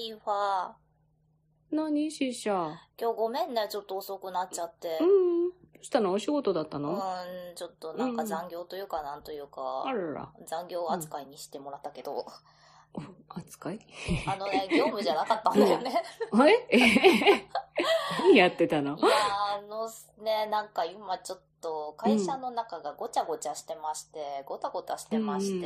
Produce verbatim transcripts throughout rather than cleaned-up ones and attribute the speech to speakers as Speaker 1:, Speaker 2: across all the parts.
Speaker 1: いいわ。
Speaker 2: 何シーシャ。
Speaker 1: 今日ごめんね、ちょっと遅くなっちゃって。
Speaker 2: うん。どうしたの？お仕事だったの？
Speaker 1: うん、ちょっとなんか残業というかなんというか、
Speaker 2: あらら。
Speaker 1: 残業扱いにしてもらったけど。
Speaker 2: うん、扱い
Speaker 1: あのね、業務じゃなかったんだよね。
Speaker 2: あれえ何やってたの？
Speaker 1: いやあのね、なんか今ちょっと会社の中がごちゃごちゃしてまして、ごたごたしてまして、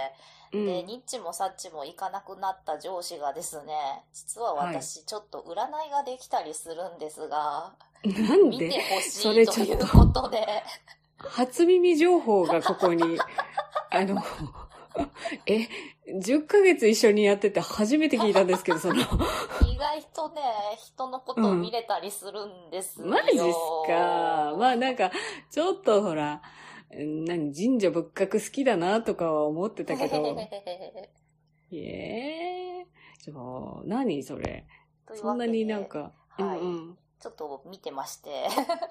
Speaker 1: うんうんうん、で、ニッチもサッチもいかなくなった上司がですね、実は私ちょっと占いができたりするんですが、
Speaker 2: なんで
Speaker 1: 見てほしいということで。
Speaker 2: 初耳情報がここに、あの、え、じゅっかげつ一緒にやってて初めて聞いたんですけど、その。
Speaker 1: 意外とね、人のことを見れたりするんですよ。
Speaker 2: うん、マジっすか。まあなんか、ちょっとほら、何、神社仏閣好きだなとかは思ってたけど。ええー、じゃあ、何それ。そんなになんか、
Speaker 1: はい、うんうん、ちょっと見てまして。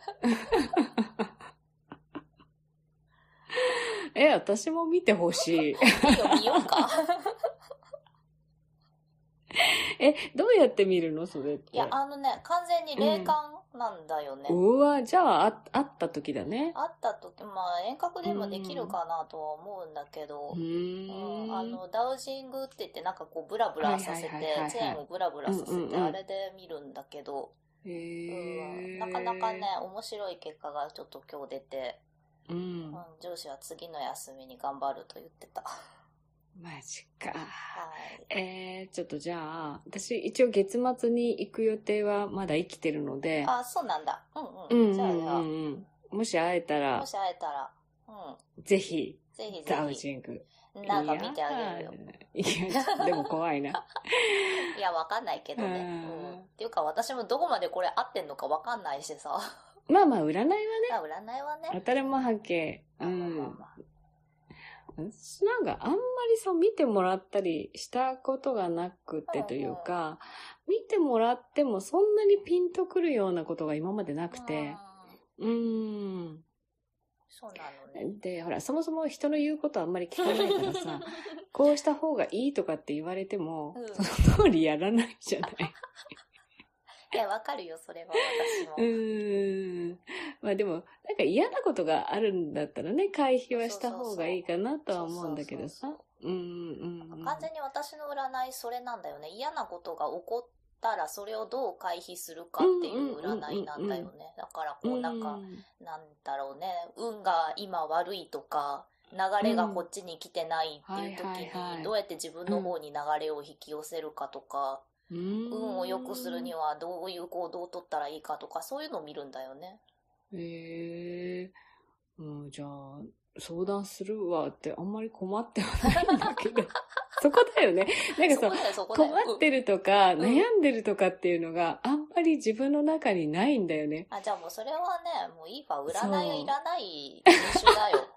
Speaker 2: え、私も見てほしい。いいよ、
Speaker 1: 見ようか。
Speaker 2: え、どうやって見るのそれって。
Speaker 1: いや、あのね、完全に霊感なんだよね。
Speaker 2: うん、うわ、じゃあ、あ、会った時だね。
Speaker 1: 会った時、まあ、遠隔でもできるかなとは思うんだけど、うん、うん、あの、ダウジングって言って、なんかこう、ブラブラさせて、チェーンをブラブラさせて、うんうんうん、あれで見るんだけど、へー、うん、なかなかね、面白い結果がちょっと今日出て、うんうん、上司は次の休みに頑張ると言ってた。
Speaker 2: マジか。
Speaker 1: はい。
Speaker 2: えー、ちょっとじゃあ、私一応月末に行く予定はまだ生きてるので。
Speaker 1: あ、そうなんだ。うんうん。
Speaker 2: うんうんうん、じゃあじゃあ、もし会えたら。
Speaker 1: もし会えたら。
Speaker 2: うん。ぜひ。
Speaker 1: ぜひぜひ。
Speaker 2: ダウジング。
Speaker 1: なんか見てあげるよ。
Speaker 2: いや、でも怖いな。
Speaker 1: いや、わかんないけどね。うん。っていうか私もどこまでこれ合ってんのかわかんないしさ。
Speaker 2: まあまあ、占いはね。
Speaker 1: あ、占いはね。
Speaker 2: 当たりもはっけ。うん。まあまあまあ。私なんかあんまりそう見てもらったりしたことがなくてというか、うんうん、見てもらってもそんなにピンとくるようなことが今までなくて。うーん。
Speaker 1: そうなのね。
Speaker 2: で、ほら、そもそも人の言うことはあんまり聞かないからさ、こうした方がいいとかって言われても、うん、その通りやらないじゃない。
Speaker 1: いや、わかるよ、それは私も。
Speaker 2: うーん。まあでも、なんか嫌なことがあるんだったらね、回避はした方がいいかなとは思うんだけどさ。うんうん。
Speaker 1: 完全に私の占いそれなんだよね。嫌なことが起こったらそれをどう回避するかっていう占いなんだよね。だからこうなんか、なんだろうね、運が今悪いとか、流れがこっちに来てないっていう時に、どうやって自分の方に流れを引き寄せるかとか、運を良くするにはどういう行動を取ったらいいかとか、そういうのを見るんだよね。
Speaker 2: へえー。うん、じゃあ、相談するわってあんまり困ってはないんだけど。そこだよね。なんかそう、困ってるとか、うん、悩んでるとかっていうのがあんまり自分の中にないんだよね。
Speaker 1: あ、じゃあもうそれはね、もういいわ。占いいらない人種だよ。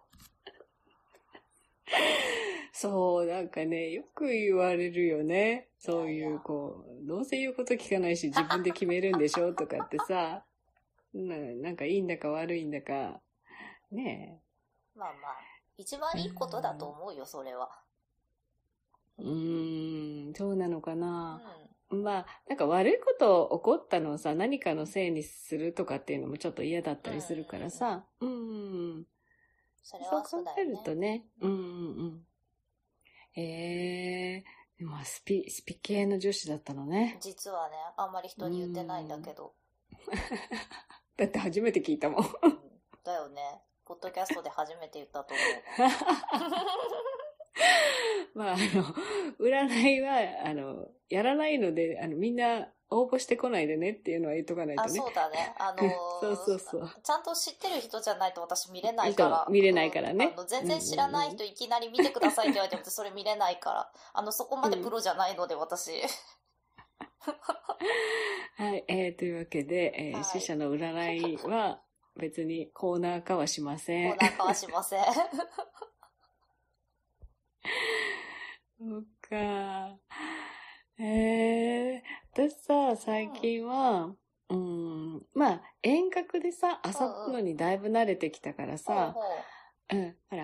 Speaker 2: そう、なんかね、よく言われるよね。そういう、こう、どうせ言うこと聞かないし自分で決めるんでしょとかってさ、な, なんかいいんだか悪いんだか、ね
Speaker 1: え。まあまあ、一番いいことだと思うよ、それは。
Speaker 2: うーん、そうなのかな。うん、まあ、なんか悪いこと起こったのをさ、何かのせいにするとかっていうのもちょっと嫌だったりするからさ、うん、うん、
Speaker 1: それはそうだよね。
Speaker 2: そう考えるとね、うんうんうん。へえー、まあスピ、スピ系の女子だったのね。
Speaker 1: 実はね、あんまり人に言ってないんだけど。
Speaker 2: だって初めて聞いたもん。
Speaker 1: うん、だよね。ポッドキャストで初めて言ったと思う。
Speaker 2: まあ、あの、占いは、あの、やらないので、あの、みんな応募してこないでねっていうのは言っとかないとね。
Speaker 1: あ、そうだね。あのー、
Speaker 2: そうそうそう。
Speaker 1: ちゃんと知ってる人じゃないと私見れないから。
Speaker 2: 見れないからね。
Speaker 1: あの全然知らない人いきなり見てくださいって言われてもそれ見れないから。あの、そこまでプロじゃないので、私。
Speaker 2: はい、えー、というわけで、えーはい、死者の占いは別にコーナー化はしません。
Speaker 1: コーナー化はしません。
Speaker 2: そっか。えー、私さ、最近は、うん、うん、まあ、遠隔でさ、遊ぶのにだいぶ慣れてきたからさ、うん、うん、ほら、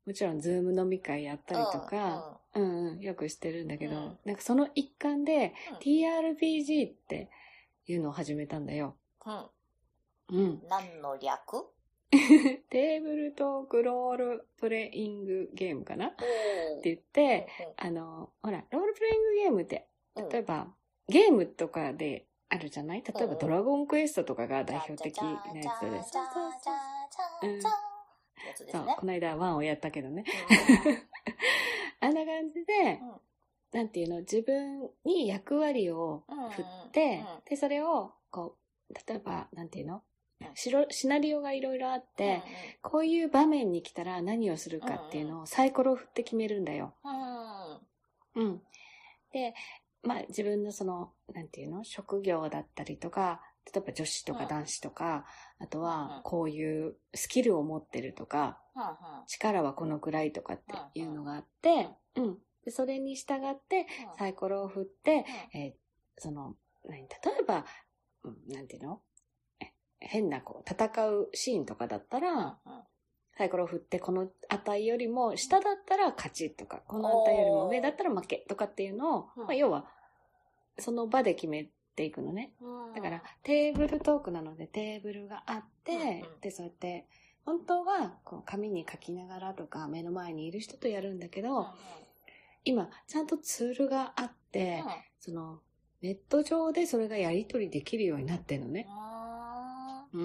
Speaker 2: もちろんズーム飲み会やったりとか、うん、うん、うん、よくしてるんだけど、うん、なんかその一環で、うん、ティーアールピージー っていうのを始めたんだよ。
Speaker 1: うん。
Speaker 2: うん。
Speaker 1: 何の略？
Speaker 2: テーブルトークロールプレイングゲームかなって言って、あの、ほら、ロールプレイングゲームって、例えば、うん、ゲームとかであるじゃない？例えば、ドラゴンクエストとかが代表的なやつで。そうそうそう。うん。そう、この間ワンをやったけどね。うん、あんな感じで、うん、なんていうの、自分に役割を振って、うんうんうん、で、それを、こう、例えば、なんていうの？シナリオがいろいろあって、うんうん、こういう場面に来たら何をするかっていうのをサイコロを振って決めるんだよ。うん。うん。で、まあ自分のその、なんていうの？職業だったりとか、例えば女子とか男子とか、うん、あとはこういうスキルを持ってるとか、うんうん、力はこのくらいとかっていうのがあって、うん。でそれに従ってサイコロを振って、うん、えー、その、何、例えば、うん、なんていうの？変なこう戦うシーンとかだったら、うんうん、サイコロを振ってこの値よりも下だったら勝ちとか、この値よりも上だったら負けとかっていうのを、まあ、要はその場で決めていくのね。だからテーブルトークなのでテーブルがあって、うんうん、でそうやって本当はこう紙に書きながらとか目の前にいる人とやるんだけど、うんうん、今ちゃんとツールがあって、うん、そのネット上でそれがやり取りできるようになってるのね。うん。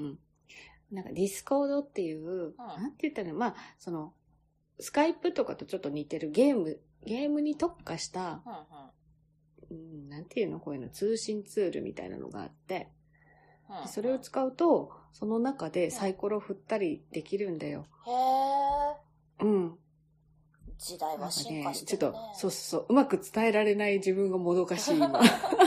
Speaker 2: なんかディスコードっていう、うん、なんて言ったらいいの？まあ、その、スカイプとかとちょっと似てるゲーム、ゲームに特化した、うんうん、なんていうの？こういうの、通信ツールみたいなのがあって、うんうん、それを使うと、その中でサイコロ振ったりできるんだよ。
Speaker 1: へー。
Speaker 2: うん。
Speaker 1: 時代は進化してるね。
Speaker 2: なんかね、ちょっと、そうそう、うまく伝えられない自分がもどかしい今。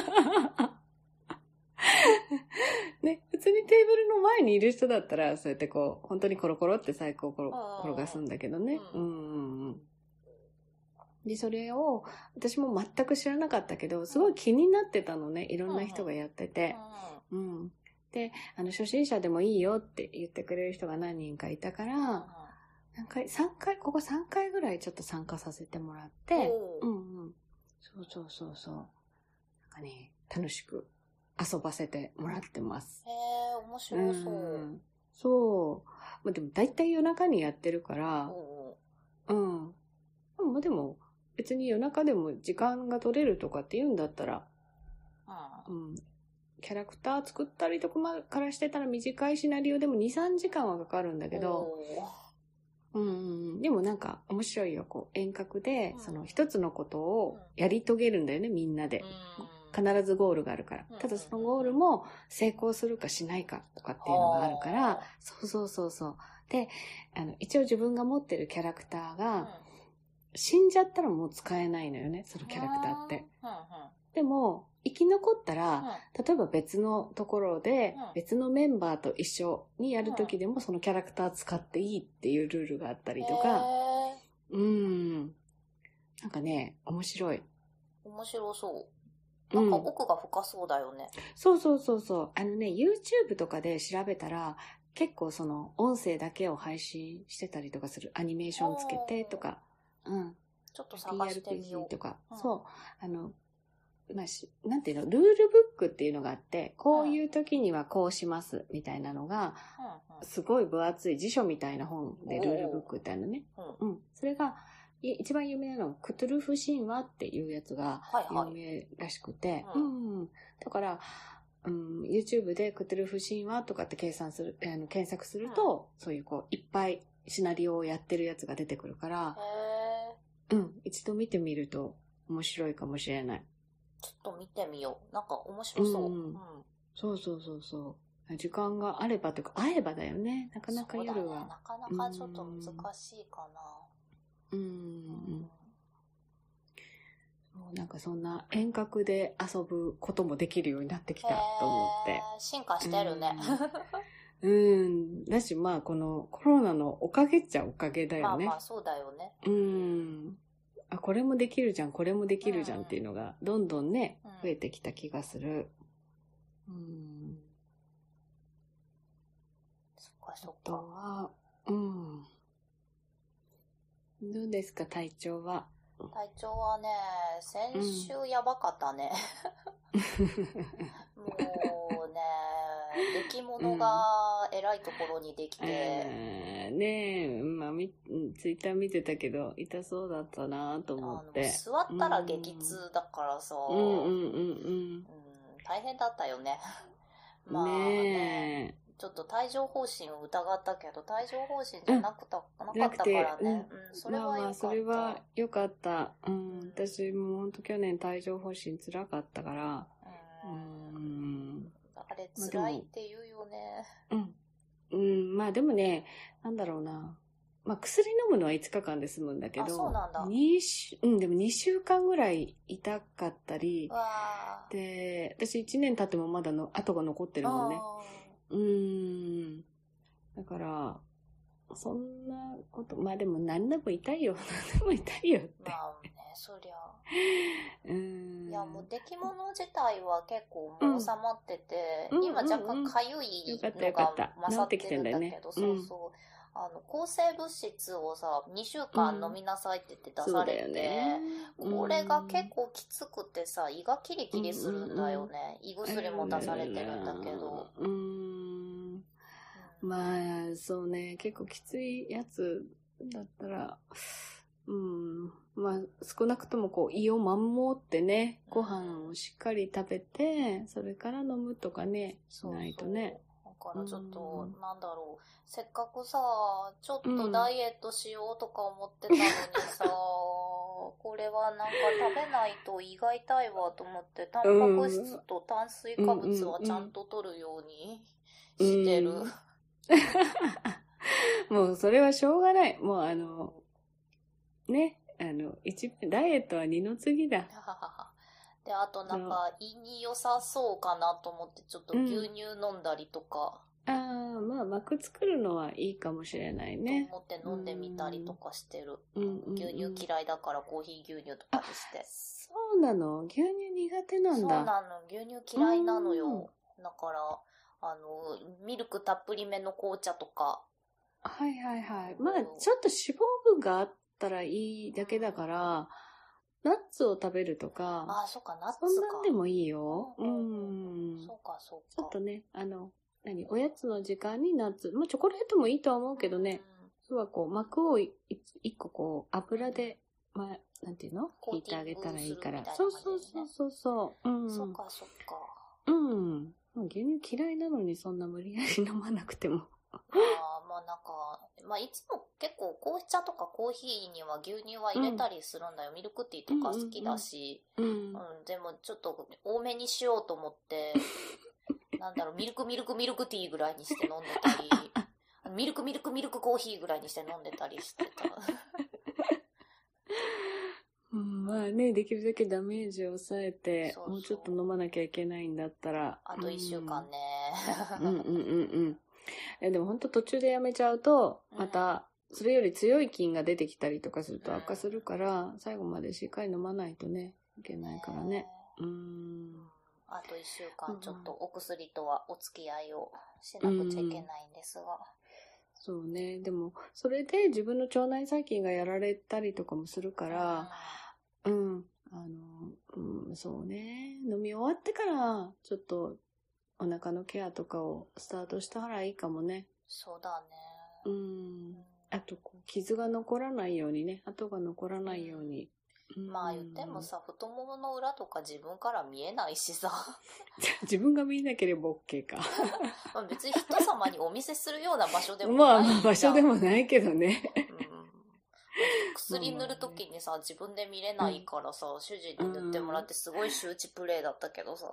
Speaker 2: ね、普通にテーブルの前にいる人だったら、そうやってこう、本当にコロコロってサイコロを転がすんだけどね。うんうんうん。で、それを、私も全く知らなかったけど、すごい気になってたのね。いろんな人がやってて。うん。で、あの、初心者でもいいよって言ってくれる人が何人かいたから、何回、さんかい、ここさんかいぐらいちょっと参加させてもらって、うんうん。そうそうそうそう。なんかね、楽しく遊ばせてもらってます。
Speaker 1: へえ、面白そう。うん、
Speaker 2: そう。まあ、でも大体夜中にやってるから、うん。まあ、でも別に夜中でも時間が取れるとかって言うんだったら、うん。うん、キャラクター作ったりとかからしてたら短いシナリオでもに、さんじかんはかかるんだけど、うん、でもなんか面白いよ。こう遠隔でその一つのことをやり遂げるんだよね、みんなで。必ずゴールがあるから。ただそのゴールも成功するかしないかとかっていうのがあるから、そうそうそうそう。で、あの、一応自分が持ってるキャラクターが、死んじゃったらもう使えないのよね、そのキャラクターって。でも、生き残ったら、例えば別のところで、別のメンバーと一緒にやるときでもそのキャラクター使っていいっていうルールがあったりとか、うん。なんかね、面白い。
Speaker 1: 面白そう。なんか奥が深そうだよね。
Speaker 2: うん、そうそうそうそう。あのね、YouTube とかで調べたら、結構その音声だけを配信してたりとかする。アニメーションつけてとか。うん。
Speaker 1: ちょっと探してみよう。
Speaker 2: ティーアールピージー とか。うん、そう。あの、まあ、し、なんていうの、ルールブックっていうのがあって、こういう時にはこうします、みたいなのが、すごい分厚い辞書みたいな本でルールブックってあるのね。うん。それが、一番有名なのはクトゥルフ神話っていうやつが有名らしくて、はいはい、うん、うん。だから、うん、YouTube でクトゥルフ神話とかって計算する、あの検索すると、うん、そういうこう、いっぱいシナリオをやってるやつが出てくるから、うん、一度見てみると面白いかもしれない。
Speaker 1: ちょっと見てみよう。なんか面白そう。うん。うん、
Speaker 2: そうそうそうそう。時間があればというか、会えばだよね。なかなか夜は。
Speaker 1: ね、なかなかちょっと難しいかな。
Speaker 2: うん。うんそうなんかそんな遠隔で遊ぶこともできるようになってきたと思って。
Speaker 1: 進化してるね。
Speaker 2: うん。うんだし、まあこのコロナのおかげっちゃおかげだよね。
Speaker 1: まあまあそうだよね。
Speaker 2: うん。あ、これもできるじゃん、これもできるじゃんっていうのが、どんどんね、うん、増えてきた気がする。うん。
Speaker 1: そっかそっか。
Speaker 2: あとは、うん。 どうですか、体調は。
Speaker 1: 体調はね、先週やばかったね。うん、もうね、出来物が偉いところにできて。
Speaker 2: うん、ねえ、まあ、ツイッター見てたけど、痛そうだったなと思って。
Speaker 1: 座ったら激痛だからさ、
Speaker 2: うんうんうんうん、
Speaker 1: 大変だったよね。まあね、ねちょっと帯状疱疹を疑ったけど、帯状疱疹じゃなくた、うん、なかったからね。うん、それは良かった。まあまあ、それは
Speaker 2: 良かった。うん、うん、私も本当去年帯状疱疹辛かったから。
Speaker 1: うん。うんあれ辛いって言うよね。
Speaker 2: うん。うん、まあでもね、なんだろうな。まあ薬飲むのはいつかかんで済むんだけど、あ、
Speaker 1: そうなんだ。
Speaker 2: にしゅ、うん、でもにしゅうかんぐらい痛かったり、で、私いちねん経ってもまだの跡が残ってるもんね。うーん。だから、そんなこと、まあでも何でも痛いよ。何でも痛いよって。
Speaker 1: まあね、そりゃ。うーん。いや、もう出来物自体は結構もう収まってて、うん、今若干かゆいのが勝ってるんだけど、そうそう。あの、抗生物質をさ、にしゅうかん飲みなさいって言って出されて、うんねうん、これが結構きつくてさ、胃がキリキリするんだよね。うんうん、胃薬も出されてるんだけど。
Speaker 2: うん、まあ、そうね、結構きついやつだったら、うん、まあ、少なくともこう、胃を守ってね、ご飯をしっかり食べて、それから飲むとかね、しないとね。
Speaker 1: だからちょっと、うん、なんだろう、せっかくさ、ちょっとダイエットしようとか思ってたのにさ、うん、これはなんか食べないと胃が痛いわと思って、タンパク質と炭水化物はちゃんと取るようにしてる。うんうん
Speaker 2: うん、もうそれはしょうがない。もうあの、ね、あの、一番、ダイエットは二の次だ。
Speaker 1: で、あとなんか、胃に良さそうかなと思って、ちょっと牛乳飲んだりとか。
Speaker 2: うん、ああ、まあ、膜作るのはいいかもしれないね。
Speaker 1: と思って飲んでみたりとかしてる。うんうんうん、牛乳嫌いだからコーヒー牛乳とかにして。
Speaker 2: そうなの？牛乳苦手なんだ。そう
Speaker 1: なの。牛乳嫌いなのよ。だから、あの、ミルクたっぷりめの紅茶とか。
Speaker 2: はいはいはい。まあ、ちょっと脂肪分があったらいいだけだから、ナッツを食べるとか。
Speaker 1: ああ、そっか、ナッツか。
Speaker 2: そんなんでもいいよ。うん。
Speaker 1: うん、そうか、そうか。
Speaker 2: ちょっとね、あの、何、おやつの時間にナッツ。まあ、チョコレートもいいとは思うけどね。要はこう、膜を一個こう、油で、まあ、なんていうの引いてあげたらいいから。そうそうそうそうそう。うん。
Speaker 1: そっか、そっか。
Speaker 2: うん。牛乳嫌いなのにそんな無理やり飲まなくても。
Speaker 1: ああ、まあなんか、まあいつも結構紅茶とかコーヒーには牛乳は入れたりするんだよ。うん、ミルクティーとか好きだし。うん、うんうん、でもちょっと多めにしようと思って、なんだろう、ミルクミルクミルクティーぐらいにして飲んでたり、ミルクミルクミルクコーヒーぐらいにして飲んでたりしてた。
Speaker 2: うん、まあね、できるだけダメージを抑えて、そうそうもうちょっと飲まなきゃいけないんだったら。
Speaker 1: あといっしゅうかんね。
Speaker 2: うんうんうんうんえ。でも本当途中でやめちゃうと、また、それより強い菌が出てきたりとかすると悪化するから、うん、最後までしっかり飲まないとね、いけないからね。うーん。
Speaker 1: あといっしゅうかんちょっとお薬とはお付き合いをしなくちゃいけないんですが。うん、
Speaker 2: そうね。でも、それで自分の腸内細菌がやられたりとかもするから、うん、うん、あの、うん、そうね。飲み終わってから、ちょっとお腹のケアとかをスタートしたらいいかもね。
Speaker 1: そうだね。
Speaker 2: うん。あとこう、傷が残らないようにね、跡が残らないように。
Speaker 1: うん、まあ言ってもさ、太ももの裏とか自分から見えないしさ。
Speaker 2: 自分が見えなければ OK か。
Speaker 1: まあ別に人様にお見せするような場所でも
Speaker 2: ない。まあ場所でもないけどね。
Speaker 1: うん薬塗るときにさ、自分で見れないからさ、うん、主人に塗ってもらってすごい周知プレイだったけどさ。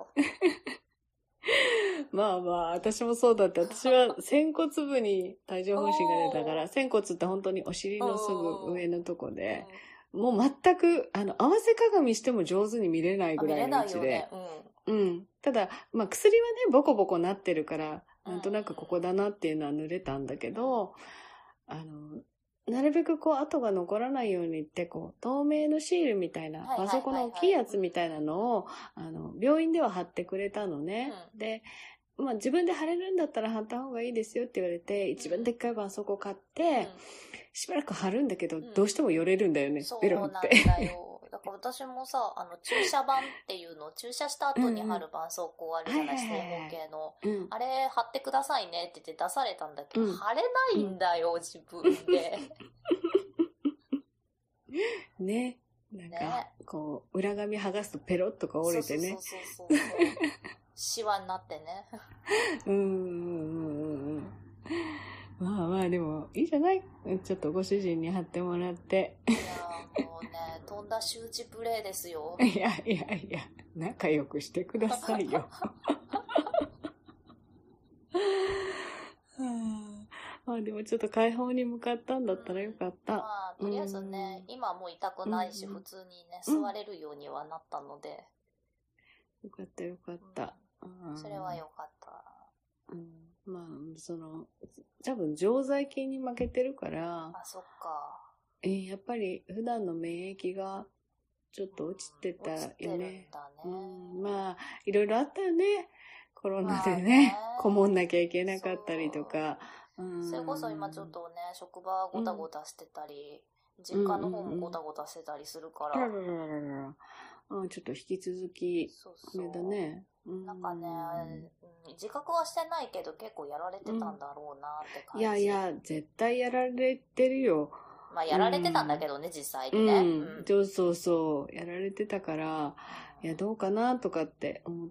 Speaker 2: まあまあ、私もそうだって。私は仙骨部に帯状疱疹が出たから、仙骨って本当にお尻のすぐ上のとこで、もう全く、あの、合わせ鏡しても上手に見れないぐらいの位置で。見れないよね。うん。うん。ただ、まあ薬はね、ボコボコなってるから、なんとなくここだなっていうのは塗れたんだけど、あの、なるべくこう跡が残らないようにって、こう、透明のシールみたいな、あそこの大きいやつみたいなのを、あの、病院では貼ってくれたのね。うん、で、まあ自分で貼れるんだったら貼った方がいいですよって言われて、一番でっかい絆創膏買って、 しばらく貼るんだけど、
Speaker 1: うん、
Speaker 2: どうしても寄れるんだよね、
Speaker 1: そう
Speaker 2: ベロンって。
Speaker 1: そうなんだよ。だから私もさ、あの、注射板っていうの、注射した後に貼る絆創膏あるじゃない、正方形の。うん、あれ貼ってくださいねって言って出されたんだけど、うん、貼れないんだよ、自分で。
Speaker 2: ね。なんか、ね、こう、裏紙剥がすとペロッとか折れてね。そうそうそうそう。
Speaker 1: シワになってね。
Speaker 2: うんうんうんうん。まあまあでも、いいじゃない？ちょっとご主人に貼ってもらって。
Speaker 1: いやもうね、とんだ周知プレイですよ。
Speaker 2: いやいやいや、仲良くしてくださいよ。まあでもちょっと解放に向かったんだったらよかった。うん、
Speaker 1: まあ、とりあえずね、うん、今はもう痛くないし、うん、普通にね、座れるようにはなったので。
Speaker 2: よかったよかった。
Speaker 1: うん、それはよかった。
Speaker 2: うん、まあ、その、多分常在菌に負けてるから、
Speaker 1: あ、そっか。
Speaker 2: えー、やっぱり普段の免疫がちょっと落ちてたよね。
Speaker 1: 落ちてるんだね。
Speaker 2: うん、まあ、いろいろあったよね。コロナでね、こもんなきゃいけなかったりとか。
Speaker 1: うん、それこそ今ちょっとね、職場ごたごたしてたり、うん、実家の方もごたごたしてたりするから。
Speaker 2: うんうんうんうん、ちょっと引き続き、
Speaker 1: そうそう
Speaker 2: だね。
Speaker 1: なんかね、うん、自覚はしてないけど結構やられてたんだろうなって感じ。
Speaker 2: いやいや、絶対やられてるよ。
Speaker 1: まあやられてたんだけどね、うん、実際にね。
Speaker 2: うん。そうそうそう。やられてたから、いや、どうかなとかって思って。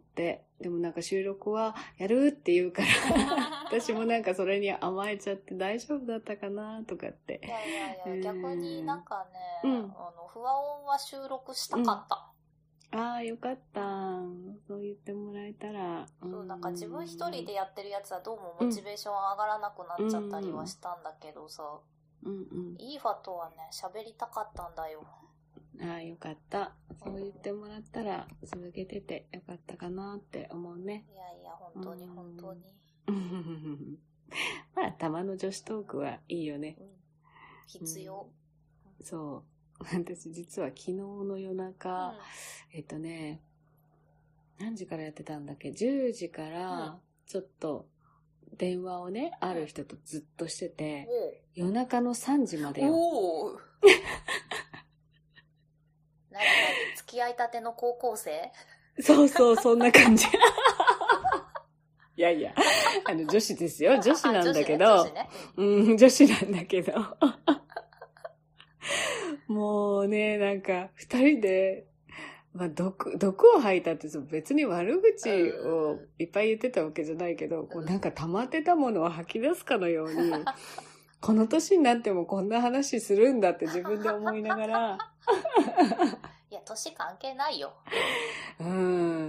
Speaker 2: でもなんか収録はやるって言うから、私もなんかそれに甘えちゃって大丈夫だったかなとかって。
Speaker 1: いやいやいや、逆になんかね、うん、あの、不和音は収録したかった。
Speaker 2: うん、ああ、よかった。そう言ってもらえたら。
Speaker 1: そう、なんか自分一人でやってるやつはどうもモチベーション上がらなくなっちゃったりはしたんだけどさ、うんうん、イーファとはね、喋りたかったんだよ。
Speaker 2: ああ、よかった。そう言ってもらったら続けててよかったかなって思うね。
Speaker 1: いやいや、本当に本当に。
Speaker 2: まあ、たまの女子トークはいいよね。うん、
Speaker 1: 必要、
Speaker 2: うん。そう。私実は昨日の夜中、うん、えっとね、何時からやってたんだっけ ?じゅうじからちょっと電話をね、うん、ある人とずっとしてて、うん、夜中のさんじまでよ。おー
Speaker 1: 何々付き合いたての高校生
Speaker 2: そうそう、そんな感じ。いやいや、あの、女子ですよ。女子なんだけど。女子ね、女子ね。うん、女子なんだけど。もうね、なんか、二人で、まあ、毒、毒を吐いたって別に悪口をいっぱい言ってたわけじゃないけど、こうなんか溜まってたものを吐き出すかのように、この年になってもこんな話するんだって自分で思いながら。
Speaker 1: いや、年関係ないよ。
Speaker 2: うん。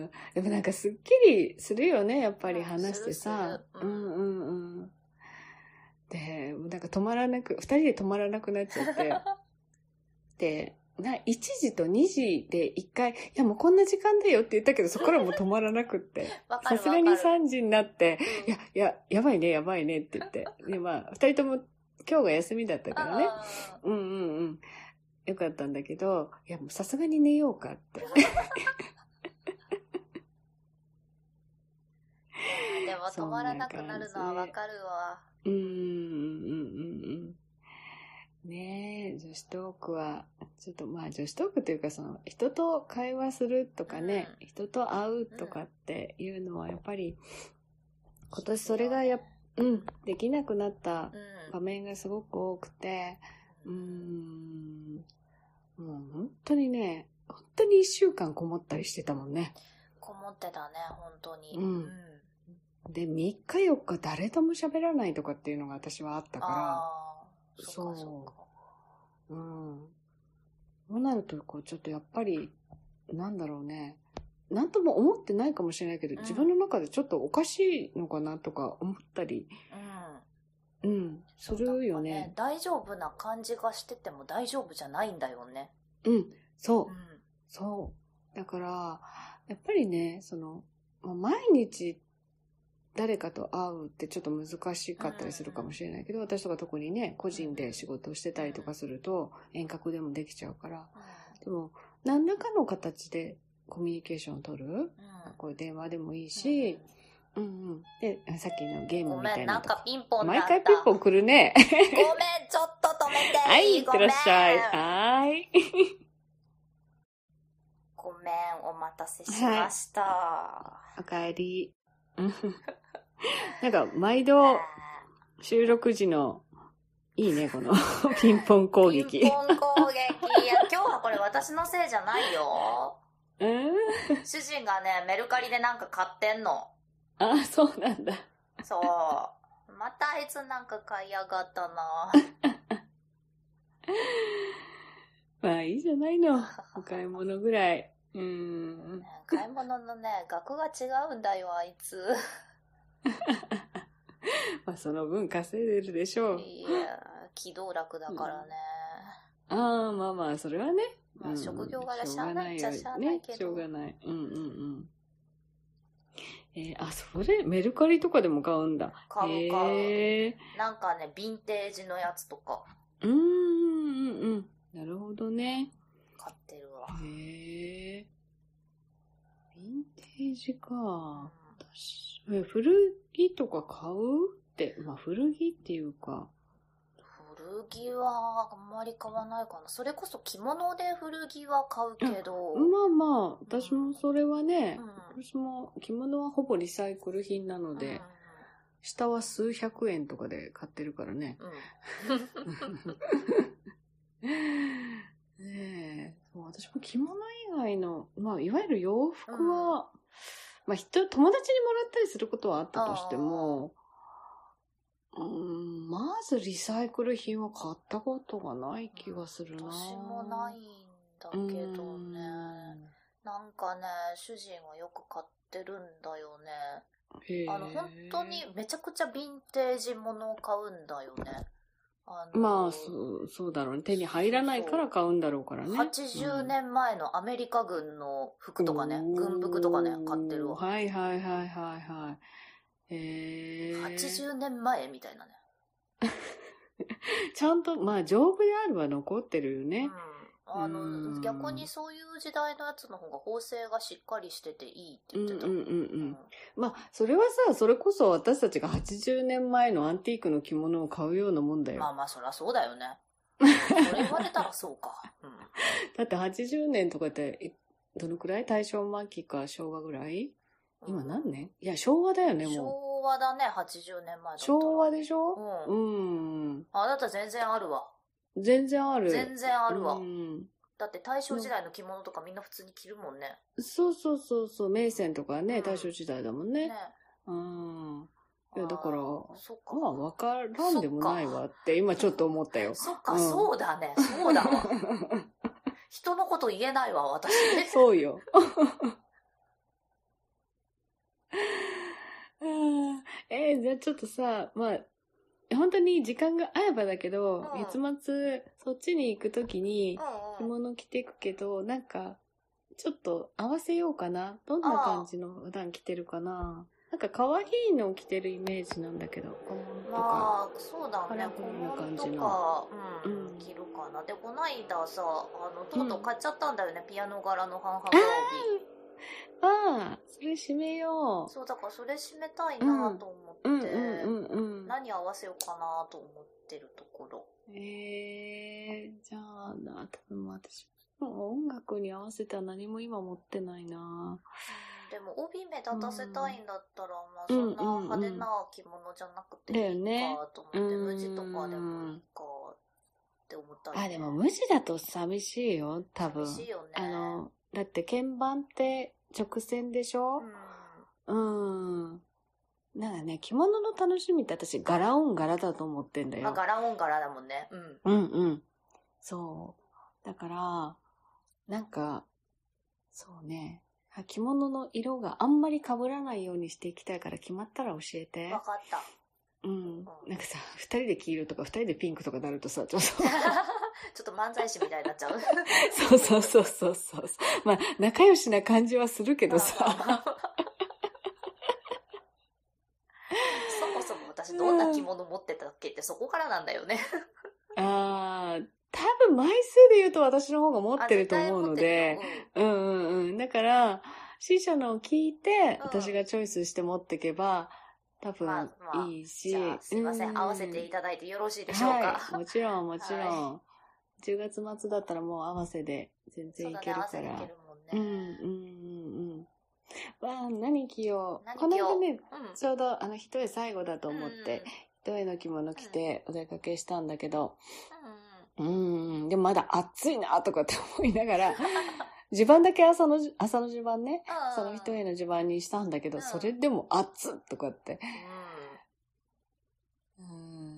Speaker 2: でもなんかすっきりするよね、やっぱり話してさ。うん、うんうんうん。で、なんか止まらなく、二人で止まらなくなっちゃって。で、ないちじとにじで一回、いやもうこんな時間だよって言ったけど、そこからもう止まらなくって。さすがにさんじになって、いや、いや、やばいね、やばいねって言って。で、まあ、二人とも今日が休みだったからね。うんうんうん。よかったんだけど、いやもうさすがに寝ようかって。
Speaker 1: でも止まらなくなるのはわかるわ。
Speaker 2: うーん、うん、うん、うん。ねえ、女子トークは、ちょっとまあ女子トークというかその、人と会話するとかね、うん、人と会うとかっていうのはやっぱり、今年それがや、うん、できなくなった場面がすごく多くて、うーん、もう本当にね、本当に一週間こもったりしてたもんね。
Speaker 1: こもってたね、本当に。
Speaker 2: うん。うん、で、みっかよっか誰とも喋らないとかっていうのが私はあったから、
Speaker 1: あそう。
Speaker 2: そううん。そうなると、こう、ちょっとやっぱり、なんだろうね。なんとも思ってないかもしれないけど、うん、自分の中でちょっとおかしいのかなとか思ったり、うん。うん。するよね。ね、
Speaker 1: 大丈夫な感じがしてても大丈夫じゃないんだよね。
Speaker 2: うん。そう。うん、そう。だから、やっぱりね、その、毎日、誰かと会うってちょっと難しかったりするかもしれないけど、うん、私とか特にね、個人で仕事をしてたりとかすると、遠隔でもできちゃうから。うん、でも、何らかの形でコミュニケーションを取る。うん、こういう電話でもいいし、うん、うんうん。で、さっきのゲームみたいな。
Speaker 1: ごめん、なんかピンポンだった。
Speaker 2: 毎回ピンポン来るね。
Speaker 1: ごめん、ちょっと止め
Speaker 2: はい、いってらっしゃい。
Speaker 1: ごめん
Speaker 2: はーい。
Speaker 1: ごめん、お待たせしました。
Speaker 2: おかえり。なんか、毎度、収録時の、いいね、この、ピンポン攻撃。
Speaker 1: ピンポン攻撃。いや、今日はこれ私のせいじゃないよ。
Speaker 2: うん
Speaker 1: 主人がね、メルカリでなんか買ってんの。
Speaker 2: あ、そうなんだ。
Speaker 1: そう。またあいつなんか買いやがったな。
Speaker 2: まあいいじゃないの。お買い物ぐらい。うーん。
Speaker 1: 買い物のね、額が違うんだよ、あいつ。
Speaker 2: まあその分稼いでるでしょう。
Speaker 1: いや、気道楽だからね。
Speaker 2: うん、ああ、まあまあ、それはね。
Speaker 1: まあ職業柄しゃあないっちゃしゃあないけど。
Speaker 2: しょうがない。うんうんうん。えー、あ、それ、メルカリとかでも買うんだ。
Speaker 1: 買う買う。
Speaker 2: え
Speaker 1: ー、なんかね、ヴィンテージのやつとか。
Speaker 2: うーん、うんうん。なるほどね。
Speaker 1: 買ってるわ。
Speaker 2: へえ。ヴィンテージか。うん、私、え、古着とか買うって、まあ古着っていうか。
Speaker 1: 古着はあんまり買わないかな。それこそ着物で古着は買うけど。
Speaker 2: まあまあ、私もそれはね、
Speaker 1: うん、
Speaker 2: 私も着物はほぼリサイクル品なので、うん、下は数百円とかで買ってるからね。うん、ねえ、そう私も着物以外の、まあいわゆる洋服は、うん、まあ人、友達にもらったりすることはあったとしても、うん、まずリサイクル品は買ったことがない気がするな。
Speaker 1: 私もないんだけどね。なんかね、主人はよく買ってるんだよね。あの、本当にめちゃくちゃヴィンテージものを買うんだよね。あの
Speaker 2: まあそう、そうだろうね。手に入らないから買うんだろうからね。
Speaker 1: はちじゅうねんまえのアメリカ軍の服とかね、軍服とかね、買ってるわ。
Speaker 2: はいはいはいはいはい。へー。
Speaker 1: はちじゅうねんまえみたいなね。
Speaker 2: ちゃんと、まあ、丈夫であるは残ってるよね。
Speaker 1: うん。あの、逆にそういう時代のやつの方が縫製がしっかりしてていいって言ってた。
Speaker 2: うんうんうんうん。まあ、それはさ、それこそ私たちがはちじゅうねんまえのアンティークの着物を買うようなもんだよ。
Speaker 1: まあまあ、そりゃそうだよね。それ言われたらそうか。うん、
Speaker 2: だってはちじゅうねんとかって、どのくらい？大正末期か昭和ぐらい？今何年？いや、昭和だよね、もう。
Speaker 1: 昭和だね、はちじゅうねんまえだったら。
Speaker 2: 昭和でしょ？
Speaker 1: うん。うん。あなた全然あるわ。
Speaker 2: 全然ある。
Speaker 1: 全然あるわ。うん。だって大正時代の着物とかみんな普通に着るもんね。
Speaker 2: そうそうそうそう、銘仙とかね、うん、大正時代だもんね。ね。うん。いや、だから、そっかまあ、わからんでもないわって今ちょっと思ったよ。
Speaker 1: そっか、うん、そうだね。そうだわ。人のこと言えないわ、私。
Speaker 2: そうよ。えー、じゃあちょっとさ、まあ、本当に時間が合えばだけど、うん、月末、そっちに行くときに、着物着ていくけど、うんうん、なんか、ちょっと合わせようかな。どんな感じの普段着てるかな。なんか可愛いのを着てるイメージなんだけど、小物とか。まあ、
Speaker 1: そうだね。小物とか、うん、うん、着るかな。で、こないださ、あの、とうとう買っちゃったんだよね。うん、ピアノ柄の半々帯。
Speaker 2: ああ、それ締めよう。
Speaker 1: そう、だからそれ締めたいなと思って、うんうんうんうん、何合わせようかなと思ってるところ。
Speaker 2: えー、じゃあな、多分私、音楽に合わせては何も今持ってないな。
Speaker 1: でも帯目立たせたいんだったら、うん、まあそんな派手な着物じゃなくていいかと思って、ね、無地とかでもいいかって思ったり、ね、
Speaker 2: あ、でも無地だと寂しいよ、多分。
Speaker 1: 寂しいよね。
Speaker 2: あの、だって鍵盤って直線でしょ？うん。うん。なんかね、着物の楽しみって私、柄オン柄だと思ってんだよ。
Speaker 1: あ、柄オン柄だもんね。
Speaker 2: うん。うんうん。そう。だから、なんか、そうね。着物の色があんまり被らないようにしていきたいから決まったら教えて。
Speaker 1: わかった。
Speaker 2: うん。うん、なんかさ、二人で黄色とか二人でピンクとかなるとさ、ちょっと。ちょ
Speaker 1: っと漫才師みたいになっちゃう。
Speaker 2: そうそうそうそうそう。まあ、仲良しな感じはするけどさ。
Speaker 1: そもそも私どんな着物持ってたっけってそこからなんだよね。
Speaker 2: ああ、多分枚数で言うと私の方が持ってると思うので、うんうんうん。だから、C社のを聞いて、私がチョイスして持ってけば、 多分
Speaker 1: まあまあ
Speaker 2: いいし。
Speaker 1: じゃあ、すいません。
Speaker 2: うん
Speaker 1: 合わせていただいてよろしいでしょうか。
Speaker 2: はい。もちろん、もちろん。
Speaker 1: は
Speaker 2: じゅうがつ末だったらもう合わせで全然いけるから。
Speaker 1: そうだね、合わせでいけるもんね。
Speaker 2: うん、うん、うん、うん。わあ、何着よう。
Speaker 1: 何着
Speaker 2: この間ね、
Speaker 1: うん、
Speaker 2: ちょうどあの一重最後だと思って、
Speaker 1: うん、
Speaker 2: 一重の着物着てお出かけしたんだけど、
Speaker 1: うん、
Speaker 2: うん、でもまだ暑いなとかって思いながら、襦袢だけ朝の、朝の襦袢ね、
Speaker 1: うん、
Speaker 2: その一重の襦袢にしたんだけど、
Speaker 1: うん、
Speaker 2: それでも暑っとかって。
Speaker 1: うん、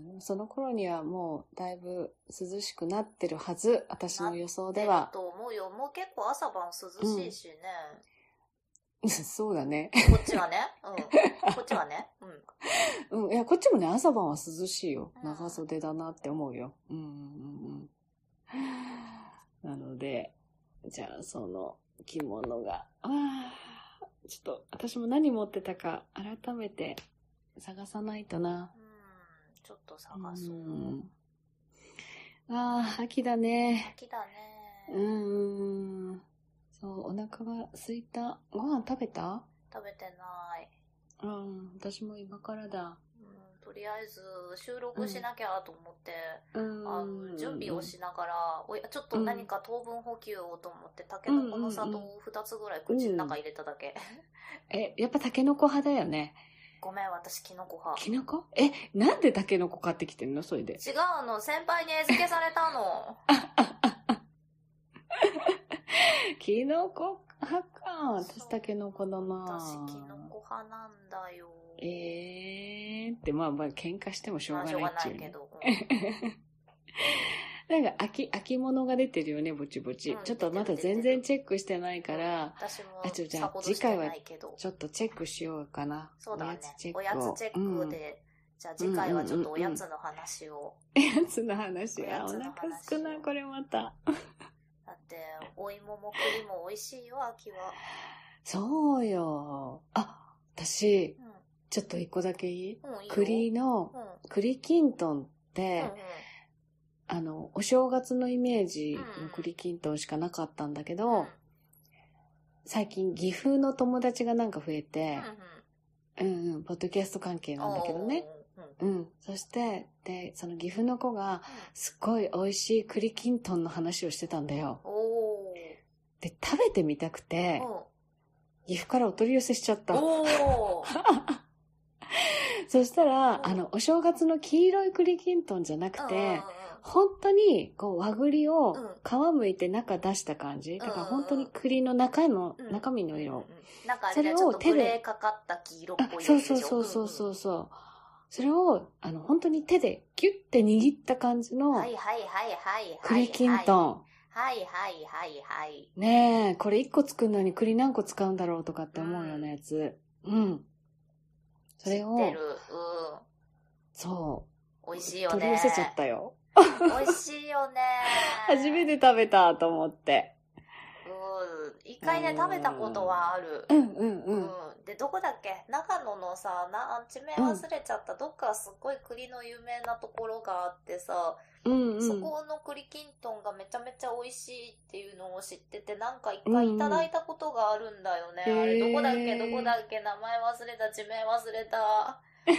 Speaker 2: うん、その頃にはもうだいぶ涼しくなってるはず、私の予想では。
Speaker 1: なってると思うよ。もう結構朝晩涼しいしね。
Speaker 2: うん、そうだね。
Speaker 1: こっちはね。うん。こっちはね。
Speaker 2: うん。うん。いや、こっちもね、朝晩は涼しいよ。長袖だなって思うよ。うん、うん、うん。なので、じゃあ、その着物が、ああ、ちょっと私も何持ってたか改めて探さないとな。
Speaker 1: うん、ちょっと探そう。
Speaker 2: うん、ああ、秋だね。
Speaker 1: 秋だね。
Speaker 2: うーん。そう、お腹が空いた。ご飯食べた？
Speaker 1: 食べてない。
Speaker 2: うん、私も今からだ。
Speaker 1: うん、とりあえず収録しなきゃと思って、
Speaker 2: うん、
Speaker 1: あの準備をしながら、おやちょっと何か糖分補給をと思って、タケノコの砂糖をふたつぐらい口の中入れただけ。
Speaker 2: うん、え、やっぱタケノコ派だよね。
Speaker 1: ごめん、私キノコ派。
Speaker 2: キノコ？え、なんでタケノコ買ってきてんのそれで。
Speaker 1: 違うの、先輩に餌付けされたの。
Speaker 2: キノコ派か。私タケノコだな。
Speaker 1: 私キノコ派なんだよ。
Speaker 2: えーって、まあまあ喧嘩してもしょうがないっちゅう、
Speaker 1: まあ、しょうがないけど。
Speaker 2: うん、なんか秋、秋物が出てるよね、ぼちぼち。うん、ちょっとまだ全然チェックしてないから。うん、
Speaker 1: 私も
Speaker 2: あ、ちょ、じゃあ次回はちょっとチェックしようかな。
Speaker 1: そうだね。おやつチェックで。うん、じゃあ次回はちょっとおやつの話を。
Speaker 2: おやつの話。あ、お腹すくな、これまた。
Speaker 1: だって、お芋も栗も美味しいよ、秋は。
Speaker 2: そうよ。あ、私、うん、ちょっと一個だけいい？うん、いい栗の、うん、栗きんとんって、うんうん、あの、お正月のイメージの栗きんとんしかなかったんだけど、うん、最近岐阜の友達がなんか増えて、うんうん、うんうん、ポッドキャスト関係なんだけどね。うん、うん。そして、で、その岐阜の子が、すっごい美味しい栗きんとんの話をしてたんだよ。おで、食べてみたくて、岐阜からお取り寄せしちゃった。おそしたら、あの、お正月の黄色い栗きんとんじゃなくて、本当に、こう、和栗を皮むいて中出した感じ。だから本当に栗の中の、中身の色。
Speaker 1: なんかあれね、ちょっとグレーかかった黄色っぽいやつでしょ。
Speaker 2: そうそうそうそう。それを、あの、本当に手でギュッて握った感じの、
Speaker 1: はいはいはいはい。
Speaker 2: 栗きんとん。
Speaker 1: はいはいはいはい。
Speaker 2: ねえ、これいっこ作るのに栗何個使うんだろうとかって思うようなやつ。うん。それを、
Speaker 1: 知ってる。うん。
Speaker 2: そう。
Speaker 1: 美味しいよね。
Speaker 2: 取り寄せちゃったよ。
Speaker 1: 美味しいよね。
Speaker 2: 初めて食べたと思って。
Speaker 1: うん。一回ね、食べたことはある。
Speaker 2: うんうんうん。
Speaker 1: うん、で、どこだっけ？長野のさ、な、地名忘れちゃった。うん、どっかすっごい栗の有名なところがあってさ、うんうん、そこの栗きんとんがめちゃめちゃ美味しいっていうのを知ってて、なんか一回いただいたことがあるんだよね。うん、あれどこだっけどこだっけ名前忘れた、地名忘れた。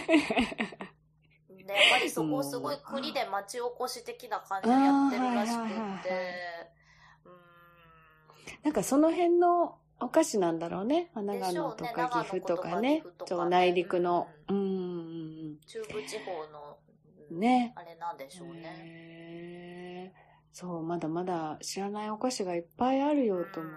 Speaker 1: ね、やっぱりそこをすごい栗で町おこし的な感じでやってるらしくって、
Speaker 2: なんかその辺のお菓子なんだろうね。長野とか岐阜とかね。そう、内陸の。うん。
Speaker 1: 中部地方の、
Speaker 2: ね。
Speaker 1: あれなんでしょうね。
Speaker 2: そう、まだまだ知らないお菓子がいっぱいあるよと思って。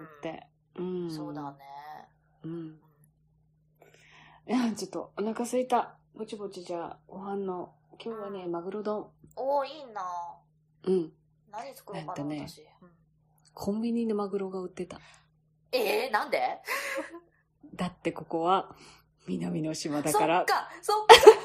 Speaker 2: うん。
Speaker 1: そうだね。
Speaker 2: うん。いや、ちょっとお腹すいた。ぼちぼちじゃあ、ご飯の、今日はね、マグロ丼。
Speaker 1: おー、いいな
Speaker 2: うん。
Speaker 1: 何作ろうかな、
Speaker 2: ね、
Speaker 1: 私。
Speaker 2: コンビニでマグロが売ってた。
Speaker 1: えー、なんで？
Speaker 2: だってここは南の島だから。
Speaker 1: そっか、そっか、そうだった。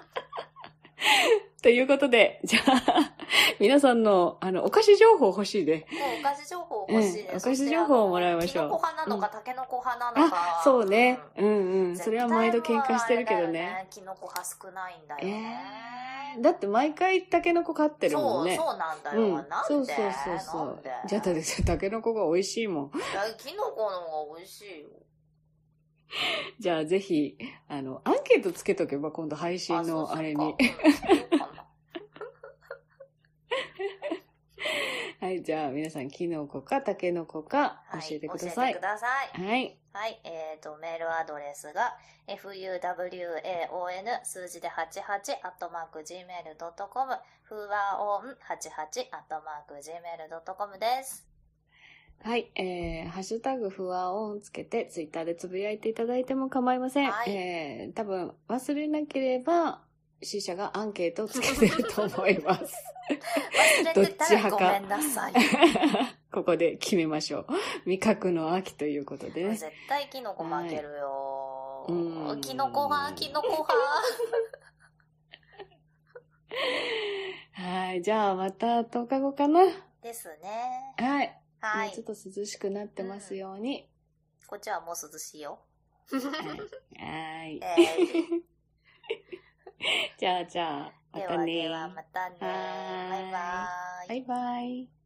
Speaker 2: ということで、じゃあ、皆さんの、あの、お菓子情報欲しいで。
Speaker 1: もうお菓子情報欲しいです。
Speaker 2: うん、お菓子情報をもらいましょう。
Speaker 1: キノコ派なのか、タケノコ派なのか。
Speaker 2: あ、そうね。うんうん。それは毎度喧嘩してるけどね。
Speaker 1: キノコ派少ないんだよね。
Speaker 2: えー、だって毎回タケノコ買ってるもんね。
Speaker 1: そう、そうなんだよ。うん、なんで？
Speaker 2: そうそうそうそう。じゃあだってタケノコが美味しいもん。
Speaker 1: キノコの方が美味しいよ。
Speaker 2: じゃあぜひ、あの、アンケートつけとけば今度配信のあれに。はい、じゃあ皆さん、キノコかタケノコか教えてください。
Speaker 1: はい、教えてください。
Speaker 2: はい。
Speaker 1: はい、えっと、メールアドレスが、フユーダブリューエーオーエヌ 数字ではちじゅうはちアットマーク ジーメールドットコム、フワオンはちじゅうはちアットマーク ジーメールドットコム です。
Speaker 2: はい、えー、ハッシュタグふわおんつけてツイッターでつぶやいていただいても構いません。はい、えー、多分忘れなければ C 社がアンケートをつけてると思います。
Speaker 1: 忘れてたらごめんなさい。
Speaker 2: ここで決めましょう。味覚の秋ということでね。
Speaker 1: 絶対キノコ負けるよ。はい、キノコ派、キノコ派。
Speaker 2: はい、じゃあまたとおかごかな。
Speaker 1: ですね。
Speaker 2: はい。
Speaker 1: はい。
Speaker 2: もうちょっと涼しくなってますように。
Speaker 1: うん、こっちはもう涼しいよ。
Speaker 2: はい。はい。
Speaker 1: えー、
Speaker 2: じゃあじゃあ、またね。
Speaker 1: ではではまたね。バイバーイ。
Speaker 2: バイバイ。